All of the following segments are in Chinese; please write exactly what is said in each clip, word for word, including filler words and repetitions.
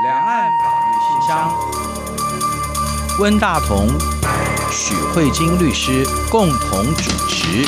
两岸法律信箱，温大同、许慧金律师共同主持。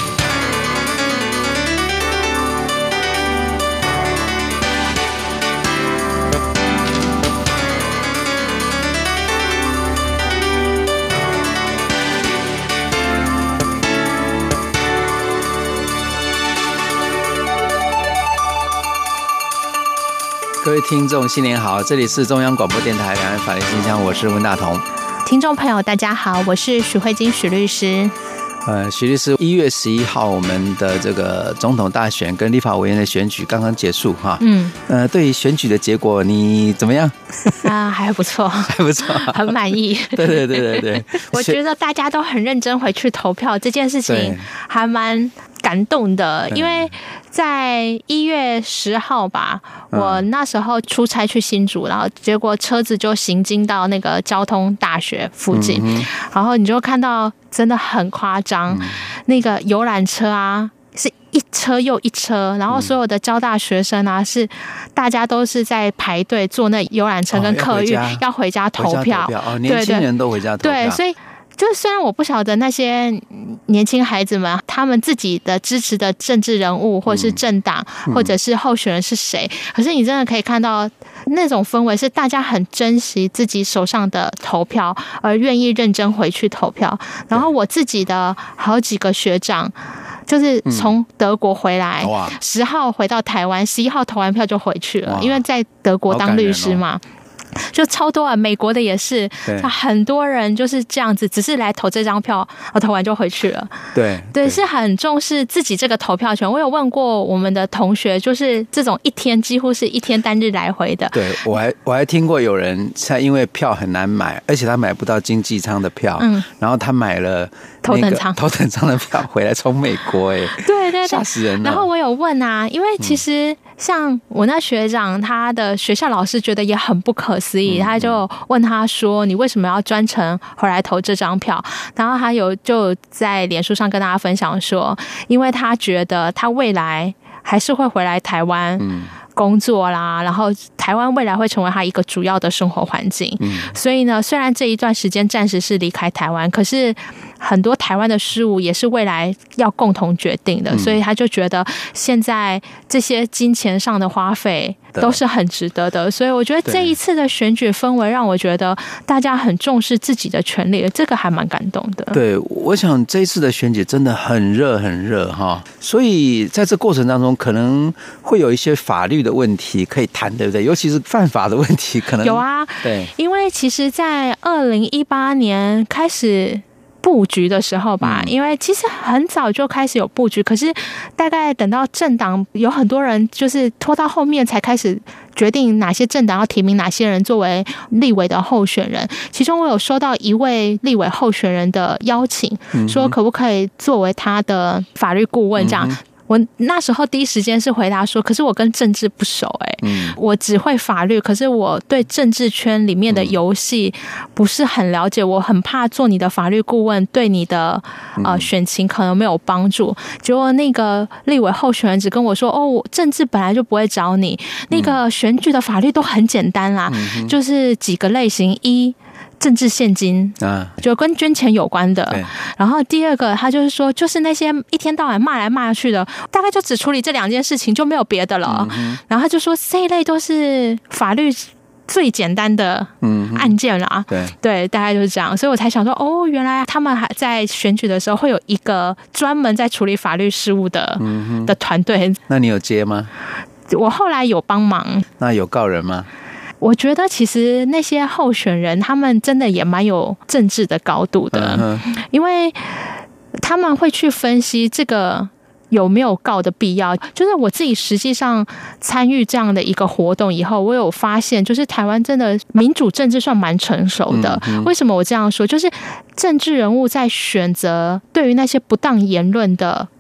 各位听众新年好，这里是中央广播电台两岸法律信箱，我是温大同。 听众朋友大家好，我是许慧金许律师。 呃，许律师，一月十一号我们的这个总统大选跟立法委员的选举刚刚结束哈，嗯，呃，对于选举的结果你怎么样？ 啊，还不错， 还不错， 很满意。 对对对对对， 我觉得大家都很认真回去投票，这件事情还蛮感动的，因为在一月十号吧，我那时候出差去新竹，然后结果车子就行经到那个交通大学附近，嗯、然后你就看到真的很夸张，嗯、那个游览车啊是一车又一车，然后所有的交大学生啊是大家都是在排队坐那游览车跟客运、哦、要回家投票， 哦，年轻人都回家投票， 对，所以。就虽然我不晓得那些年轻孩子们他们自己的支持的政治人物或是政党、嗯、或者是候选人是谁、嗯、可是你真的可以看到那种氛围是大家很珍惜自己手上的投票而愿意认真回去投票。然后我自己的好几个学长就是从德国回来，十号回到台湾，十一号投完票就回去了，因为在德国当律师嘛，就超多啊，美国的也是，很多人就是这样子，只是来投这张票，我投完就回去了。 对对, 对，是很重视自己这个投票权。我有问过我们的同学，就是这种一天几乎是一天单日来回的。 对，我还我还听过有人他因为票很难买，而且他买不到经济舱的票，嗯，然后他买了头等舱头等舱的票回来从美国，哎， 对对对， 吓死人了。 然后我有问啊，因为其实像我那学长，他的学校老师觉得也很不可思议，他就问他说：“你为什么要专程回来投这张票？”然后他有就在脸书上跟大家分享说，因为他觉得他未来还是会回来台湾工作啦，然后台湾未来会成为他一个主要的生活环境。所以呢，虽然这一段时间暂时是离开台湾，可是很多台湾的事务也是未来要共同决定的，所以他就觉得现在这些金钱上的花费都是很值得的。所以我觉得这一次的选举氛围让我觉得大家很重视自己的权利，这个还蛮感动的。 对，我想这一次的选举真的很热很热哈，所以在这过程当中可能会有一些法律的问题可以谈，对不对？尤其是犯法的问题可能有啊。 对， 因为其实在二零一八年开始布局的时候吧，因为其实很早就开始有布局，可是大概等到政党有很多人就是拖到后面才开始决定哪些政党要提名哪些人作为立委的候选人。其中我有收到一位立委候选人的邀请，说可不可以作为他的法律顾问这样。我那时候第一时间是回答说，可是我跟政治不熟哎、欸嗯，我只会法律，可是我对政治圈里面的游戏不是很了解，我很怕做你的法律顾问对你的呃选情可能没有帮助。结果那个立委候选人只跟我说，哦，政治本来就不会找你，那个选举的法律都很简单啦，嗯、就是几个类型一。政治现金啊，就跟捐钱有关的。然后第二个，他就是说，就是那些一天到晚骂来骂去的，大概就只处理这两件事情，就没有别的了。嗯、然后他就说，这一类都是法律最简单的案件啦。嗯、对对，大概就是这样。所以我才想说，哦，原来他们还在选举的时候会有一个专门在处理法律事务的、嗯、的团队。 那你有接吗？ 我后来有帮忙。 那有告人吗？ 我觉得其实那些候选人他们真的也蛮有政治的高度的，嗯、因为他们会去分析这个有没有告的必要。就是我自己实际上参与这样的一个活动以后，我有发现就是台湾真的民主政治算蛮成熟的。嗯嗯、为什么我这样说？就是政治人物在选择对于那些不当言论的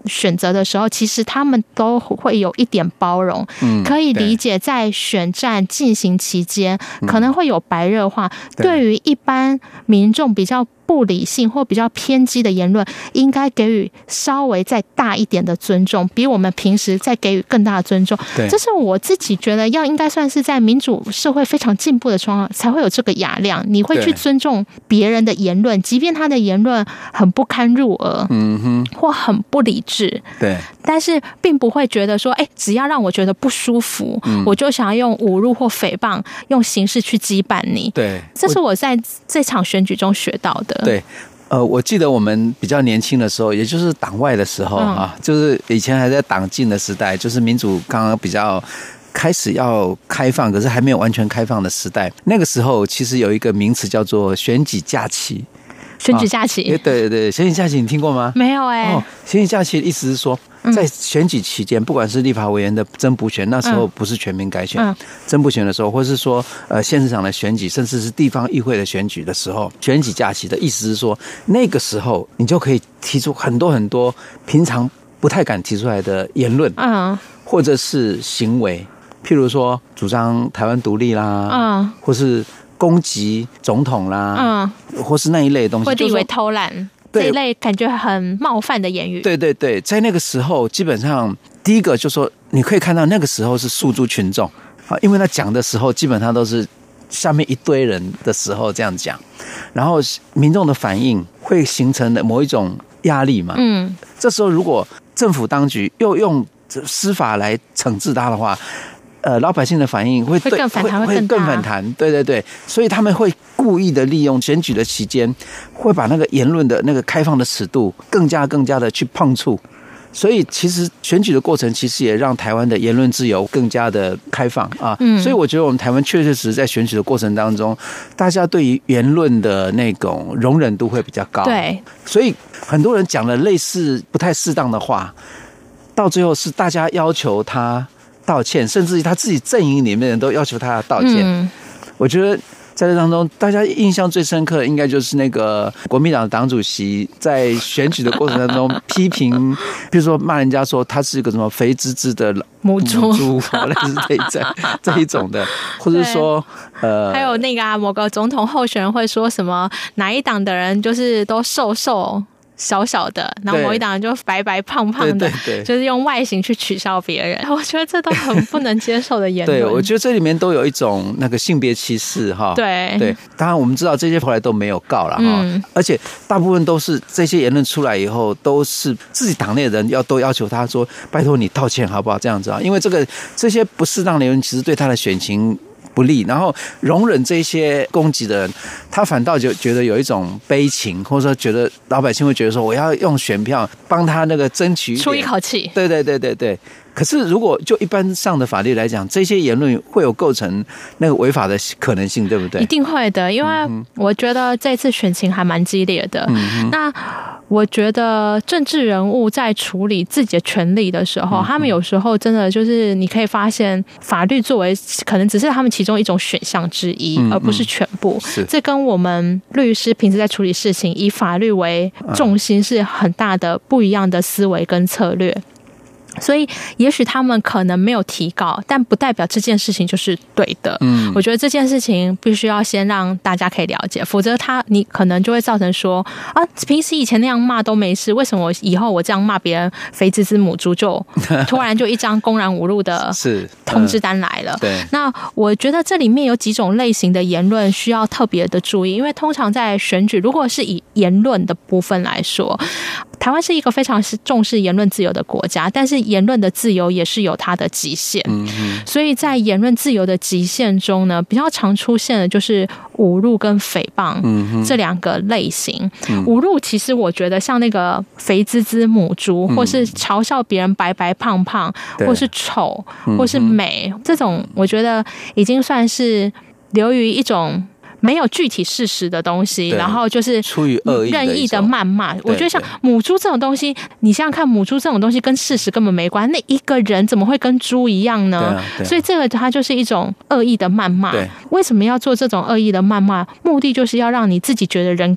选择的时候，其实他们都会有一点包容，嗯，可以理解在选战进行期间可能会有白热化，嗯、对于一般民众比较不理性或比较偏激的言论，应该给予稍微再大一点的尊重，比我们平时再给予更大的尊重。这是我自己觉得要应该算是在民主社会非常进步的状况才会有这个雅量，你会去尊重别人的言论，即便他的言论很不堪入耳，嗯哼，或很不理智， 对， 但是并不会觉得说，哎，只要让我觉得不舒服，嗯、我就想要用侮辱或诽谤，用形式去羁绊你。 对， 这是我在这场选举中学到的。 对，呃，我记得我们比较年轻的时候，也就是党外的时候啊，嗯、就是以前还在党禁的时代，就是民主刚刚比较开始要开放，可是还没有完全开放的时代。那个时候其实有一个名词叫做选举假期。 选举假期， 啊、对对对，选举假期你听过吗？ 没有哎、欸。 哦，选举假期的意思是说，在选举期间，嗯、不管是立法委员的增补选，那时候不是全民改选，嗯、增补选的时候，或是说呃县市长的选举，甚至是地方议会的选举的时候，选举假期的意思是说，那个时候你就可以提出很多很多平常不太敢提出来的言论，嗯，或者是行为，譬如说主张台湾独立啦，嗯，或是攻击总统啦，嗯，或是那一类的东西， 或者以为偷懒这一类感觉很冒犯的言语。 对对对，在那个时候，基本上第一个就说，你可以看到那个时候是诉诸群众啊，因为他讲的时候，基本上都是下面一堆人的时候这样讲，然后民众的反应会形成的某一种压力嘛。嗯，这时候如果政府当局又用司法来惩治他的话，呃，老百姓的反应会对会更反弹， 会更反弹，对对对，所以他们会故意的利用选举的期间，会把那个言论的那个开放的尺度更加更加的去碰触。所以其实选举的过程，其实也让台湾的言论自由更加的开放啊。嗯，所以我觉得我们台湾确确实实在选举的过程当中，大家对于言论的那种容忍度会比较高。 对， 所以很多人讲了类似不太适当的话，到最后是大家要求他道歉，甚至于他自己阵营里面的人都要求他要道歉。嗯，我觉得在这当中，大家印象最深刻的应该就是那个国民党的党主席在选举的过程当中批评，比如说骂人家说他是一个什么肥滋滋的母猪， 类似这一种这一种的，或者说呃， 还有那个啊，某个总统候选人会说什么哪一党的人就是都瘦瘦小小的，然后某一党人就白白胖胖的，对对对，就是用外形去取笑别人。我觉得这都很不能接受的言论。 对，我觉得这里面都有一种那个性别歧视哈。 对对，当然我们知道这些后来都没有告了哈，嗯，而且大部分都是这些言论出来以后，都是自己党内的人要都要求他说，拜托你道歉好不好？这样子啊，因为这个这些不适当的言论其实对他的选情不利，然后容忍这些攻击的人，他反倒就觉得有一种悲情，或者说觉得老百姓会觉得说，我要用选票帮他那个争取一出一口气。 对对对对对。可是如果就一般上的法律来讲，这些言论会有构成那个违法的可能性，对不对？ 一定会的，因为我觉得这次选情还蛮激烈的。嗯，那我觉得政治人物在处理自己的权利的时候，嗯，他们有时候真的就是你可以发现，法律作为可能只是他们其中一种选项之一，嗯，而不是全部。是，这跟我们律师平时在处理事情以法律为重心是很大的不一样的思维跟策略。所以也许他们可能没有提告，但不代表这件事情就是对的。嗯，我觉得这件事情必须要先让大家可以了解，否则他你可能就会造成说啊，平时以前那样骂都没事，为什么我以后我这样骂别人肥滋滋母猪就突然就一张公然侮辱的通知单来了？呃、对，那我觉得这里面有几种类型的言论需要特别的注意，因为通常在选举，如果是以言论的部分来说，台湾是一个非常重视言论自由的国家，但是言论的自由也是有它的极限，嗯，所以在言论自由的极限中呢，比较常出现的就是侮辱跟诽谤这两个类型。嗯，侮辱其实我觉得像那个肥滋滋母猪，或是嘲笑别人白白胖胖，或是丑，或是美，这种我觉得已经算是流于一种没有具体事实的东西，然后就是出于恶意任意的谩骂。我觉得像母猪这种东西，你想想看，母猪这种东西跟事实根本没关，那一个人怎么会跟猪一样呢？啊啊、所以这个它就是一种恶意的谩骂。为什么要做这种恶意的谩骂？目的就是要让你自己觉得人格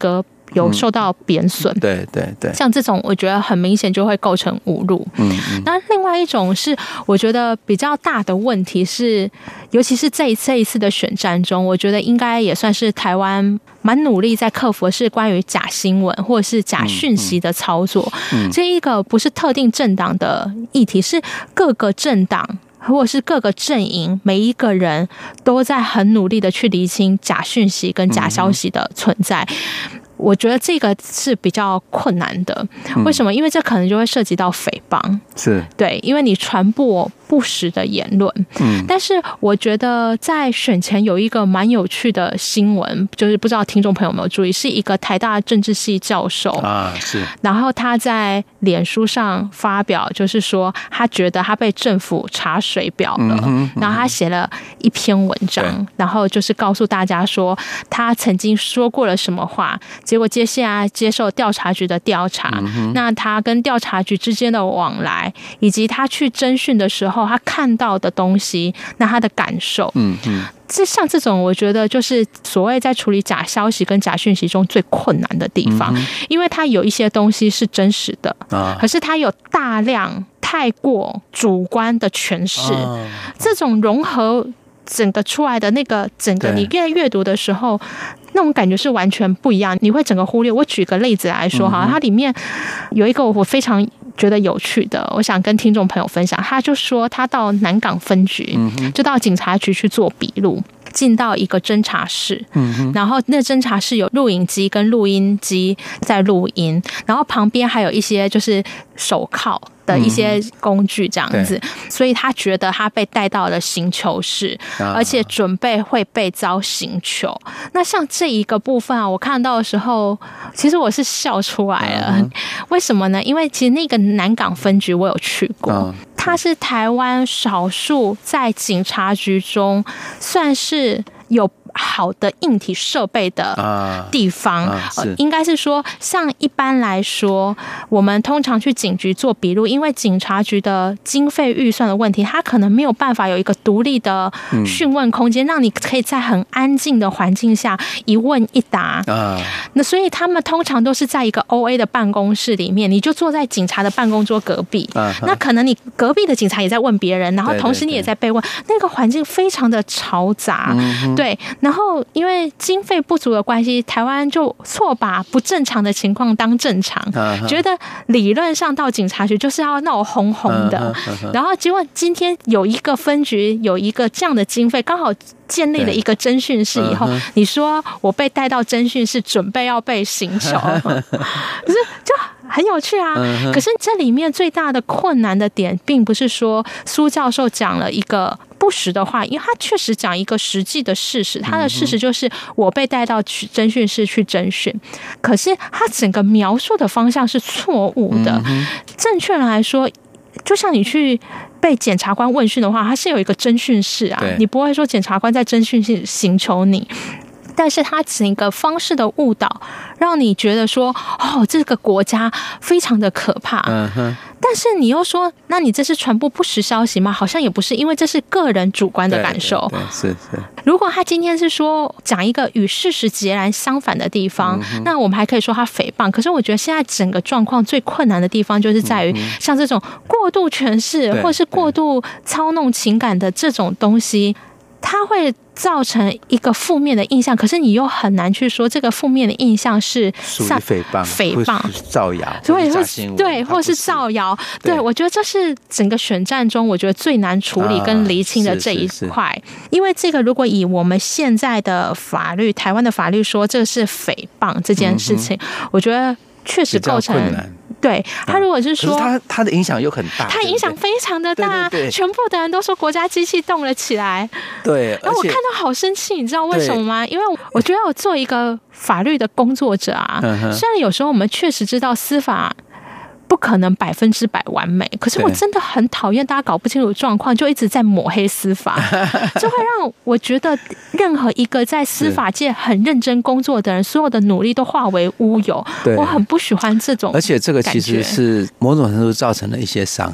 有受到贬损、 嗯，对对对， 像这种我觉得很明显就会构成侮辱。嗯嗯。那另外一种是我觉得比较大的问题是，尤其是这一次一次的选战中，我觉得应该也算是台湾蛮努力在克服的是关于假新闻或者是假讯息的操作。嗯嗯、这一个不是特定政党的议题，是各个政党。或者是各个阵营，每一个人都在很努力的去厘清假讯息跟假消息的存在。嗯、我觉得这个是比较困难的。为什么？因为这可能就会涉及到诽谤，是对，因为你传播不实的言论。嗯，但是我觉得在选前有一个蛮有趣的新闻，就是不知道听众朋友有没有注意，是一个台大政治系教授啊，是，然后他在脸书上发表，就是说他觉得他被政府查水表了，嗯嗯、然后他写了一篇文章，然后就是告诉大家说他曾经说过了什么话，结果接下来接受调查局的调查，嗯、那他跟调查局之间的往来，以及他去侦讯的时候他看到的东西，那他的感受，嗯嗯，这像这种，我觉得就是所谓在处理假消息跟假讯息中最困难的地方，嗯、因为它有一些东西是真实的，啊、可是它有大量太过主观的诠释，啊、这种融合整个出来的那个整个，你在阅读的时候。那种感觉是完全不一样，你会整个忽略。我举个例子来说哈，它里面有一个我非常觉得有趣的，我想跟听众朋友分享。他就说他到南港分局，就到警察局去做笔录。进到一个侦查室，嗯、然后那侦查室有录影机跟录音机在录音，然后旁边还有一些就是手铐的一些工具这样子，嗯、所以他觉得他被带到了刑求室，啊、而且准备会被遭刑求。那像这一个部分啊，我看到的时候，其实我是笑出来了。嗯、为什么呢？因为其实那个南港分局我有去过。嗯它是台湾少数在警察局中算是有好的硬体设备的地方，啊啊呃、应该是说，像一般来说，我们通常去警局做笔录，因为警察局的经费预算的问题，它可能没有办法有一个独立的讯问空间，嗯、让你可以在很安静的环境下一问一答。啊、那所以他们通常都是在一个 O A 的办公室里面，你就坐在警察的办公桌隔壁，啊、那可能你隔壁的警察也在问别人，然后同时你也在被问，对对对，那个环境非常的嘈杂，嗯、对。然后因为经费不足的关系，台湾就错把不正常的情况当正常，uh-huh. 觉得理论上到警察局就是要闹哄哄的， uh-huh, uh-huh. 然后结果今天有一个分局有一个这样的经费，刚好建立了一个侦讯室以后， uh-huh. 你说我被带到侦讯室准备要被刑求，可是就很有趣啊。uh-huh. 可是这里面最大的困难的点并不是说苏教授讲了一个不实的话，因为他确实讲一个实际的事实，他的事实就是我被带到去侦讯室去侦讯，可是他整个描述的方向是错误的。正确来说，就像你去被检察官问讯的话，他是有一个侦讯室啊，你不会说检察官在侦讯室刑求你。但是他整个方式的误导，让你觉得说，哦，这个国家非常的可怕。嗯哼。但是你又说，那你这是传播不实消息吗？好像也不是，因为这是个人主观的感受。 对对对，是是。 如果他今天是说讲一个与事实截然相反的地方，嗯、那我们还可以说他诽谤。可是我觉得现在整个状况最困难的地方，就是在于像这种过度诠释或是过度操弄情感的这种东西，它会造成一个负面的印象，可是你又很难去说这个负面的印象是属于诽谤、 诽谤、 造谣， 或者是对，或是造谣。对，我觉得这是整个选战中我觉得最难处理跟厘清的这一块。啊、因为这个，如果以我们现在的法律，台湾的法律说这是诽谤这件事情，嗯、我觉得确实构成。对，他如果是说， 嗯、他他的影响又很大， 他影响非常的大，对对对，全部的人都说国家机器动了起来。 对， 然后我看到好生气，你知道为什么吗？因为我觉得我做一个法律的工作者啊，虽然有时候我们确实知道司法不可能百分之百完美，可是我真的很讨厌大家搞不清楚状况就一直在抹黑司法，就会让我觉得任何一个在司法界很认真工作的人，所有的努力都化为乌有。我很不喜欢这种， 而且这个其实是某种程度造成了一些伤害。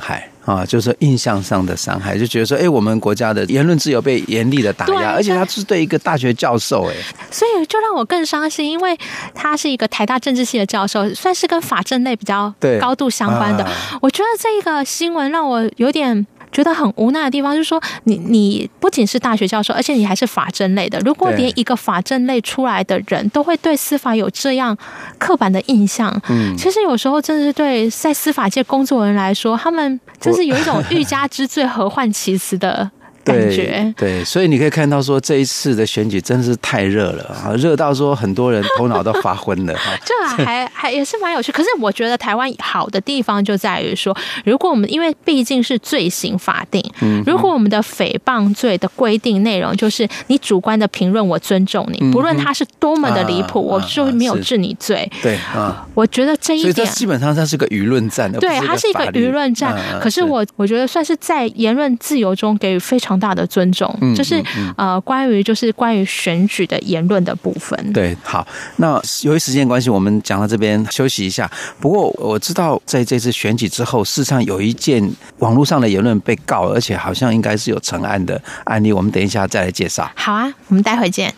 啊，就是印象上的伤害，就觉得说，哎，我们国家的言论自由被严厉的打压，而且他是对一个大学教授，哎， 所以就让我更伤心，因为他是一个台大政治系的教授，算是跟法政类比较高度相关的。啊、我觉得这个新闻让我有点觉得很无奈的地方，就是说你你不仅是大学教授，而且你还是法政类的。如果连一个法政类出来的人都会对司法有这样刻板的印象，嗯，其实有时候真的是对在司法界工作的人来说，他们就是有一种欲加之罪何患其辞的感觉。 对，对，所以你可以看到说这一次的选举真是太热了啊，热到说很多人头脑都发昏了。 这还还也是蛮有趣。可是我觉得台湾好的地方就在于说，如果我们因为毕竟是罪刑法定，嗯，如果我们的诽谤罪的规定内容就是你主观的评论我尊重你，不论他是多么的离谱，嗯、我就没有治你罪。 对啊， 我觉得这一点， 所以它基本上它是个舆论战的， 对，它是一个舆论战。嗯、可是我我觉得算是在言论自由中给予非常大的尊重，嗯、就是、嗯、呃，关于就是关于选举的言论的部分。 对，好，那由于时间关系，我们讲到这边休息一下。不过我知道，在这次选举之后，事实上有一件网络上的言论被告，而且好像应该是有成案的案例，我们等一下再来介绍。 好啊，我们待会见。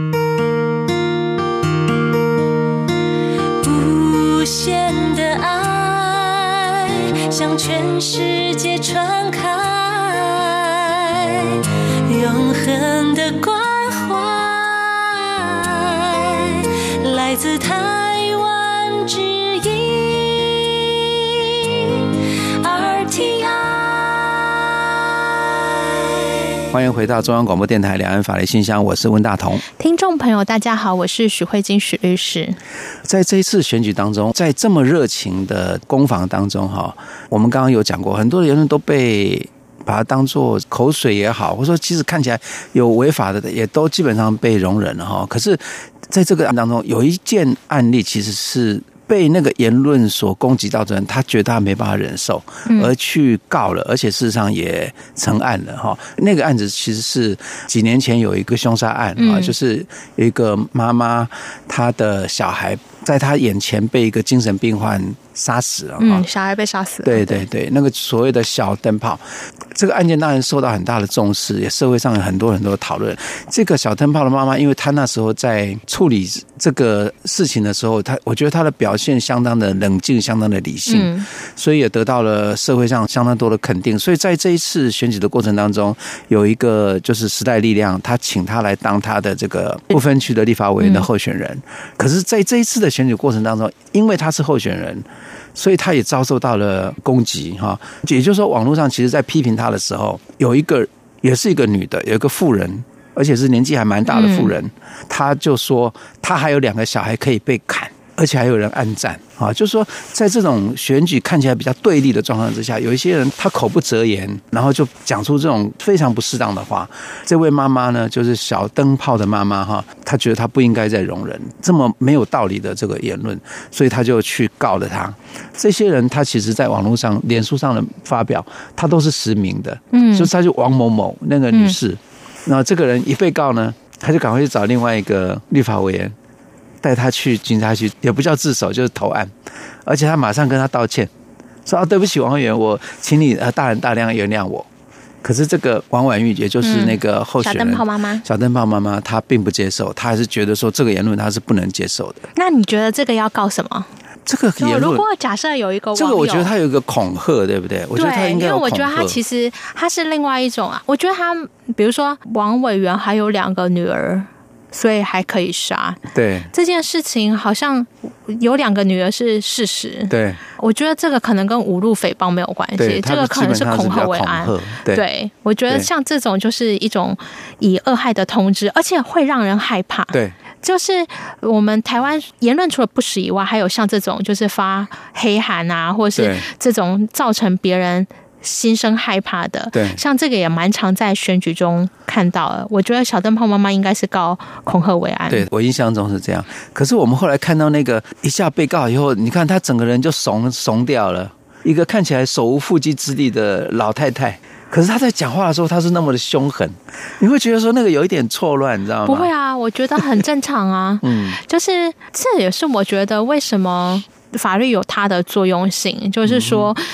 无限的爱向全世界传开，永恒的关怀来自台湾之音 R T I。 欢迎回到中央广播电台两岸法律信箱，我是温大同。 听众朋友大家好，我是许慧金许律师。 在这一次选举当中，在这么热情的攻防当中，我们刚刚有讲过，很多的言论都被把它当作口水也好，或者说其实看起来有违法的也都基本上被容忍了哈。可是在这个案当中，有一件案例其实是被那个言论所攻击到的人，他觉得他没办法忍受，而去告了，而且事实上也成案了哈。那个案子其实是几年前有一个凶杀案啊，就是有一个妈妈，她的小孩在她眼前被一个精神病患杀死了， 嗯，小孩被杀死了， 对对对，那个所谓的小灯泡，这个案件当然受到很大的重视，也社会上有很多很多的讨论。这个小灯泡的妈妈，因为她那时候在处理这个事情的时候，她我觉得她的表现相当的冷静，相当的理性，嗯，所以也得到了社会上相当多的肯定。所以在这一次选举的过程当中，有一个就是时代力量，他请他来当他的这个不分区的立法委员的候选人。嗯，可是在这一次的选举过程当中，因为他是候选人，所以他也遭受到了攻击哈。也就是说，网络上其实在批评他的时候，有一个也是一个女的，有一个妇人，而且是年纪还蛮大的妇人，她就说她还有两个小孩可以被砍，而且还有人按赞啊，就是说在这种选举看起来比较对立的状况之下，有一些人他口不择言，然后就讲出这种非常不适当的话。这位妈妈呢，就是小灯泡的妈妈哈，她觉得她不应该再容忍这么没有道理的这个言论，所以她就去告了他。这些人他其实在网络上、脸书上的发表，他都是实名的，嗯，就是他就王某某那个女士，然后这个人一被告呢，他就赶快去找另外一个立法委员，带他去警察局，也不叫自首，就是投案，而且他马上跟他道歉，说啊，对不起，王委员，我请你呃大人大量原谅我。可是这个王婉玉，也就是那个候选人，嗯、小灯泡妈妈，小灯泡妈妈，她并不接受，她还是觉得说这个言论她是不能接受的。 那你觉得这个要告什么？ 这个言论， 如果假设有一个网友， 这个我觉得他有一个恐吓，对不对？我觉得他应该有恐吓， 因为我觉得他其实他是另外一种啊。我觉得他，比如说王委员还有两个女儿，所以还可以杀。 对，这件事情好像有两个女儿是事实。 对， 我觉得这个可能跟侮辱诽谤没有关系，这个可能是恐吓为案。 对， 对，我觉得像这种就是一种以恶害的通知，而且会让人害怕。 对。 就是我们台湾言论除了不实以外，还有像这种就是发黑函啊，或是这种造成别人心生害怕的。 对， 像这个也蛮常在选举中看到的。我觉得小灯泡妈妈应该是告恐吓为案。 对，我印象中是这样。可是我们后来看到那个一下被告以后，你看他整个人就怂怂掉了，一个看起来手无缚鸡之力的老太太。可是他在讲话的时候，他是那么的凶狠，你会觉得说那个有一点错乱，你知道吗？ 不会啊，我觉得很正常啊。嗯，就是这也是我觉得为什么法律有它的作用性，就是说。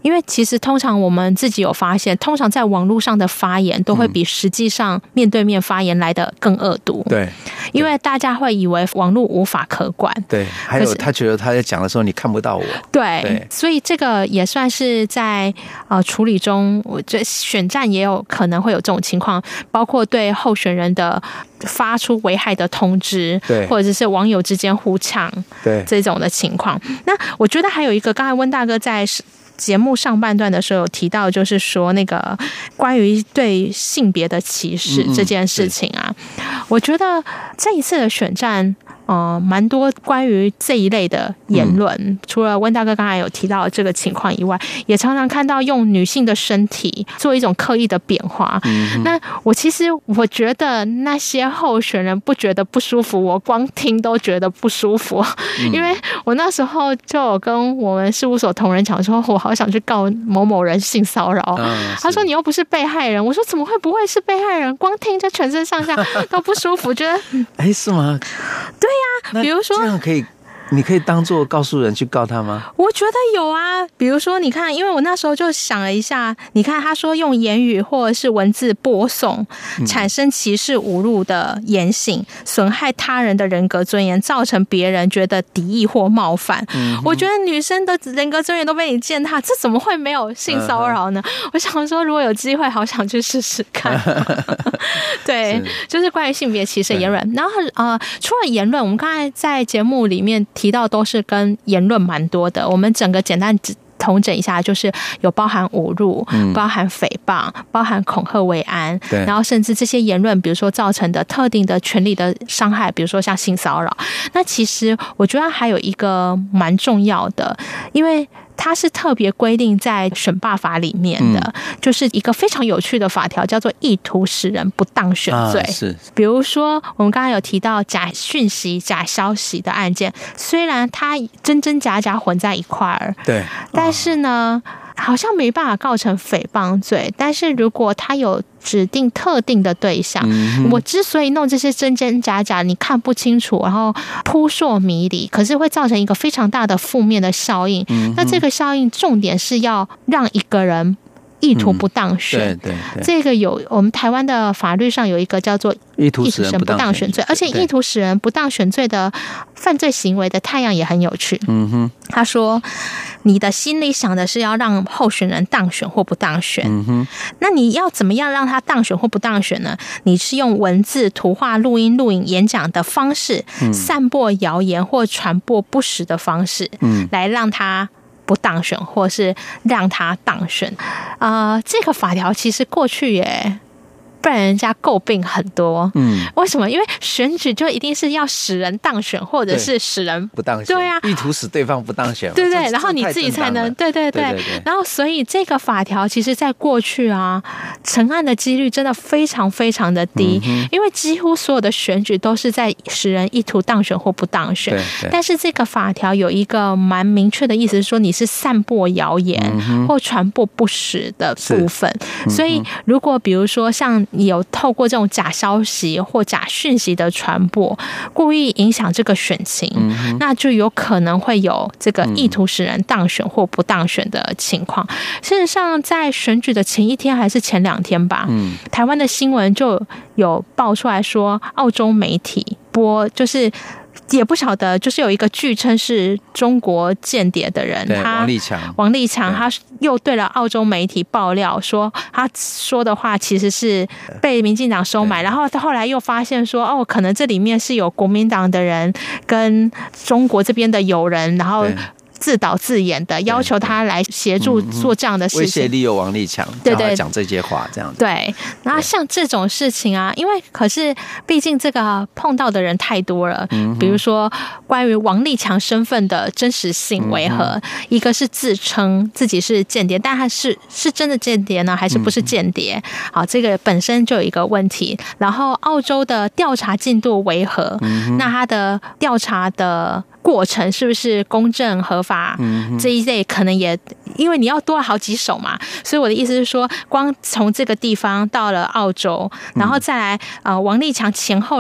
因为其实通常我们自己有发现，通常在网络上的发言都会比实际上面对面发言来得更恶毒。 对， 因为大家会以为网络无法可管。 对，还有他觉得他在讲的时候你看不到我。 对，对，所以这个也算是在呃处理中，我觉得选战也有可能会有这种情况，包括对候选人的发出危害的通知， 对， 或者是网友之间互呛， 对这种的情况。那我觉得还有一个，刚才温大哥在节目上半段的时候有提到，就是说那个关于对性别的歧视这件事情啊，嗯嗯我觉得这一次的选战。呃，蛮多关于这一类的言论、嗯，除了温大哥刚才有提到这个情况以外，也常常看到用女性的身体做一种刻意的贬化。嗯、那我其实我觉得那些候选人不觉得不舒服，我光听都觉得不舒服。嗯、因为我那时候就有跟我们事务所同仁讲说，我好想去告某某人性骚扰。嗯、他说你又不是被害人，我说怎么会不会是被害人？光听就全身上下都不舒服，觉得哎是吗？ 对。呀，比如说这样可以，你可以当作告诉人去告他吗？ 我觉得有啊，比如说你看，因为我那时候就想了一下，你看他说用言语或者是文字播送产生歧视侮辱的言行，损害他人的人格尊严，造成别人觉得敌意或冒犯、嗯、我觉得女生的人格尊严都被你践踏，这怎么会没有性骚扰呢、嗯、我想说如果有机会好想去试试看对，就是关于性别歧视的言论。然后呃，除了言论，我们刚才在节目里面提到都是跟言论蛮多的，我们整个简单统整一下，就是有包含侮辱、嗯、包含诽谤、包含恐吓为安，然后甚至这些言论比如说造成的特定的权利的伤害，比如说像性骚扰。那其实我觉得还有一个蛮重要的，因为它是特别规定在选罢法里面的、嗯、就是一个非常有趣的法条，叫做意图使人不当选罪、啊、是比如说我们刚才有提到假讯息假消息的案件，虽然它真真假假混在一块儿，对，但是呢、哦好像没办法构成诽谤罪，但是如果他有指定特定的对象、嗯、我之所以弄这些真真假假你看不清楚，然后扑朔迷离，可是会造成一个非常大的负面的效应、嗯、那这个效应重点是要让一个人意图不当选、嗯、对对对，这个有我们台湾的法律上有一个叫做意图使人不当选罪，而且意图使人不当选罪的犯罪行为的态样也很有趣。嗯哼，他说你的心里想的是要让候选人当选或不当选、嗯、哼，那你要怎么样让他当选或不当选呢？你是用文字、图画、录音、录影、演讲的方式、嗯、散播谣言或传播不实的方式、嗯、来让他不当选或是让他当选。呃，这个法条其实过去也被人家诟病很多。嗯，为什么？因为选举就一定是要使人当选，或者是使人不当选。对啊，意图使对方不当选。 对对，然后你自己才能对对 对, 对, 对, 对。然后，所以这个法条其实在过去啊，成案的几率真的非常非常的低、嗯，因为几乎所有的选举都是在使人意图当选或不当选。对对。但是这个法条有一个蛮明确的意思，是说你是散播谣言、嗯、或传播不实的部分。嗯、所以，如果比如说像有透过这种假消息或假讯息的传播，故意影响这个选情、嗯、那就有可能会有这个意图使人当选或不当选的情况。事实上在选举的前一天还是前两天吧、嗯、台湾的新闻就有爆出来说，澳洲媒体播就是也不晓得，就是有一个据称是中国间谍的人，他王立强， 王立强，他又对了澳洲媒体爆料说，他说的话其实是被民进党收买，然后他后来又发现说，哦，可能这里面是有国民党的人跟中国这边的友人，然后自导自演的，要求他来协助做这样的事情，威胁利诱王立强，对对，讲这些话这样子。 对，然后像这种事情啊，因为可是毕竟这个碰到的人太多了，嗯、比如说关于王立强身份的真实性为何？嗯、一个是自称自己是间谍，但他是是真的间谍呢，还是不是间谍？嗯、好，这个本身就有一个问题。然后澳洲的调查进度为何？嗯、那他的调查的过程是不是公正合法？嗯、这一类可能也因为你要多了好几手嘛，所以我的意思是说，光从这个地方到了澳洲，然后再来呃王立强前后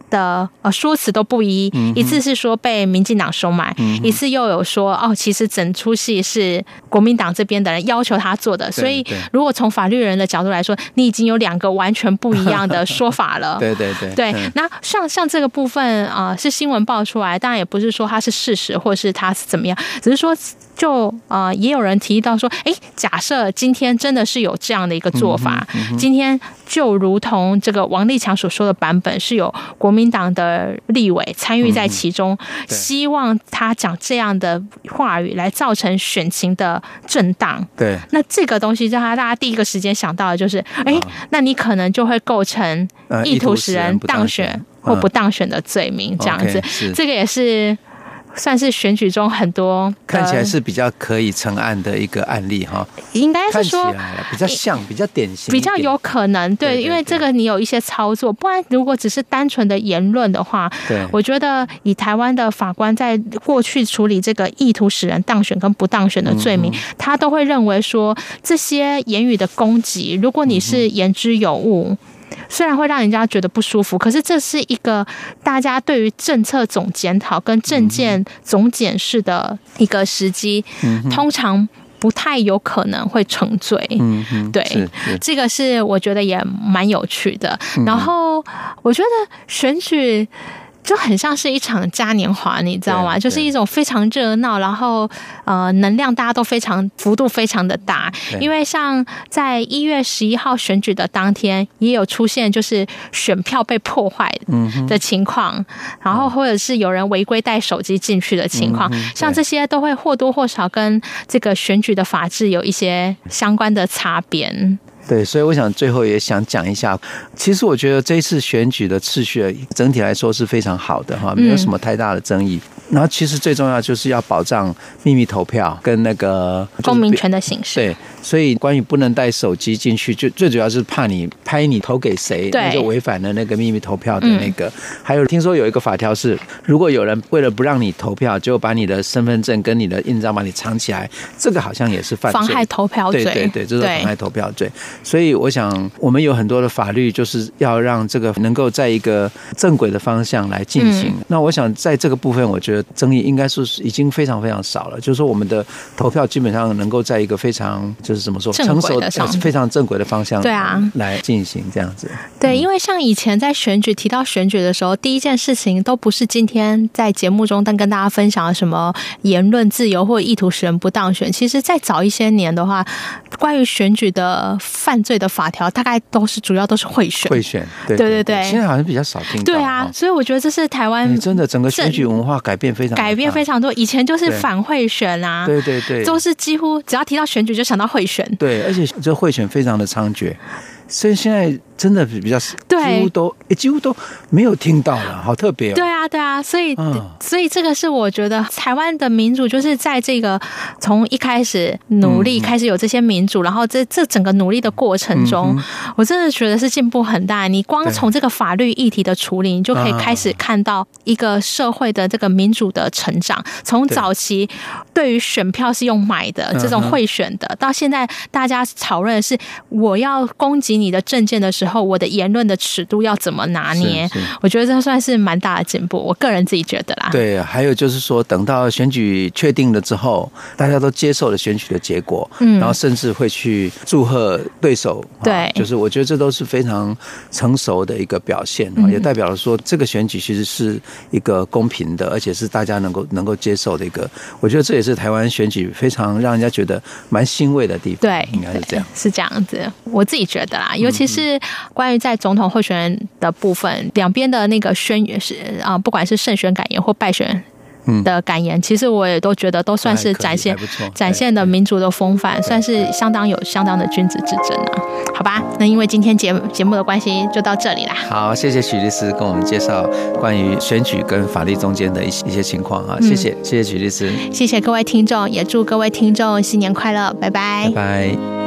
的呃说辞都不一，嗯、一次是说被民进党收买，嗯、一次又有说哦，其实整出戏是国民党这边的人要求他做的，所以如果从法律人的角度来说，你已经有两个完全不一样的说法了。 对对对， 对。嗯、那像像这个部分啊、呃，是新闻爆出来，当然也不是说它是事实，或是它是怎么样，只是说。就呃，也有人提到说，哎，假设今天真的是有这样的一个做法，嗯嗯、今天就如同这个王立强所说的版本，是有国民党的立委参与在其中，嗯、希望他讲这样的话语来造成选情的震荡。 对， 那这个东西让他大家第一个时间想到的就是，哎，哦、那你可能就会构成意图使人当选或不当选的罪名，这样子，嗯、这个也是。算是选举中很多看起来是比较可以成案的一个案例哈， 应该是说比较像、比较典型、 比较有可能 对, 对, 对, 对，因为这个你有一些操作，不然如果只是单纯的言论的话，对，我觉得以台湾的法官在过去处理这个意图使人当选跟不当选的罪名，嗯、他都会认为说这些言语的攻击，如果你是言之有物。嗯虽然会让人家觉得不舒服，可是这是一个大家对于政策总检讨跟政见总检视的一个时机，嗯、通常不太有可能会成罪。嗯、对，这个是我觉得也蛮有趣的。嗯、然后我觉得选举。就很像是一场嘉年华，你知道吗？就是一种非常热闹，然后呃，能量大家都非常幅度非常的大。因为像在一月十一号选举的当天，也有出现就是选票被破坏的情况，嗯、然后或者是有人违规带手机进去的情况，嗯、像这些都会或多或少跟这个选举的法制有一些相关的擦边。 对，所以我想最后也想讲一下，其实我觉得这一次选举的秩序整体来说是非常好的哈，没有什么太大的争议。嗯、然后其实最重要就是要保障秘密投票跟那个公民权的行使。 对，所以关于不能带手机进去，就最主要是怕你拍你投给谁，那就违反了那个秘密投票的那个。嗯、还有听说有一个法条是，如果有人为了不让你投票，就把你的身份证跟你的印章把你藏起来，这个好像也是犯罪， 妨害投票罪。 对对对，这是妨害投票罪。所以我想我们有很多的法律就是要让这个能够在一个正轨的方向来进行。嗯、那我想在这个部分我觉得争议应该是已经非常非常少了，就是说我们的投票基本上能够在一个非常就是怎么说成熟的非常正轨的方向对啊来进行这样子。 对，因为像以前在选举提到选举的时候，第一件事情都不是今天在节目中但跟大家分享的什么言论自由或意图使人不当选，其实再早一些年的话，关于选举的犯罪的法条大概都是主要都是贿选， 贿选，对对对对， 现在好像比较少听到。 对啊，所以我觉得这是台湾、 欸、真的整个选举文化改变非常改变非常多。以前就是反贿选啊， 对对对， 都是几乎只要提到选举就想到贿选， 对，而且这贿选非常的猖獗，所以现在真的比较几乎都、欸、几乎都没有听到了，好特别哦。 对啊对啊，所以、嗯、所以这个是我觉得台湾的民主就是在这个从一开始努力开始有这些民主，嗯、然后这这整个努力的过程中、嗯、我真的觉得是进步很大。你光从这个法律议题的处理，你就可以开始看到一个社会的这个民主的成长，从早期对于选票是用买的这种贿选的，到现在大家讨论的是我要攻击你的政见的时候，我的言论的尺度要怎么拿捏，我觉得这算是蛮大的进步，我个人自己觉得啦。 对，还有就是说等到选举确定了之后，大家都接受了选举的结果，嗯、然后甚至会去祝贺对手，对，就是我觉得这都是非常成熟的一个表现，嗯、也代表了说这个选举其实是一个公平的，而且是大家能够能够接受的一个，我觉得这也是台湾选举非常让人家觉得蛮欣慰的地方。对，应该是这样， 是这样子，我自己觉得啦，尤其是关于在总统候选人的部分，两边的那个宣言是啊，不管是胜选感言或败选的感言，其实我也都觉得都算是展现展现的民主的风范，算是相当有相当的君子之争啊。好吧，那因为今天节节目的关系，就到这里啦。 好，谢谢许律师跟我们介绍关于选举跟法律中间的一些一些情况啊，谢谢、嗯、谢谢许律师， 谢谢各位听众，也祝各位听众新年快乐，拜拜， 拜拜。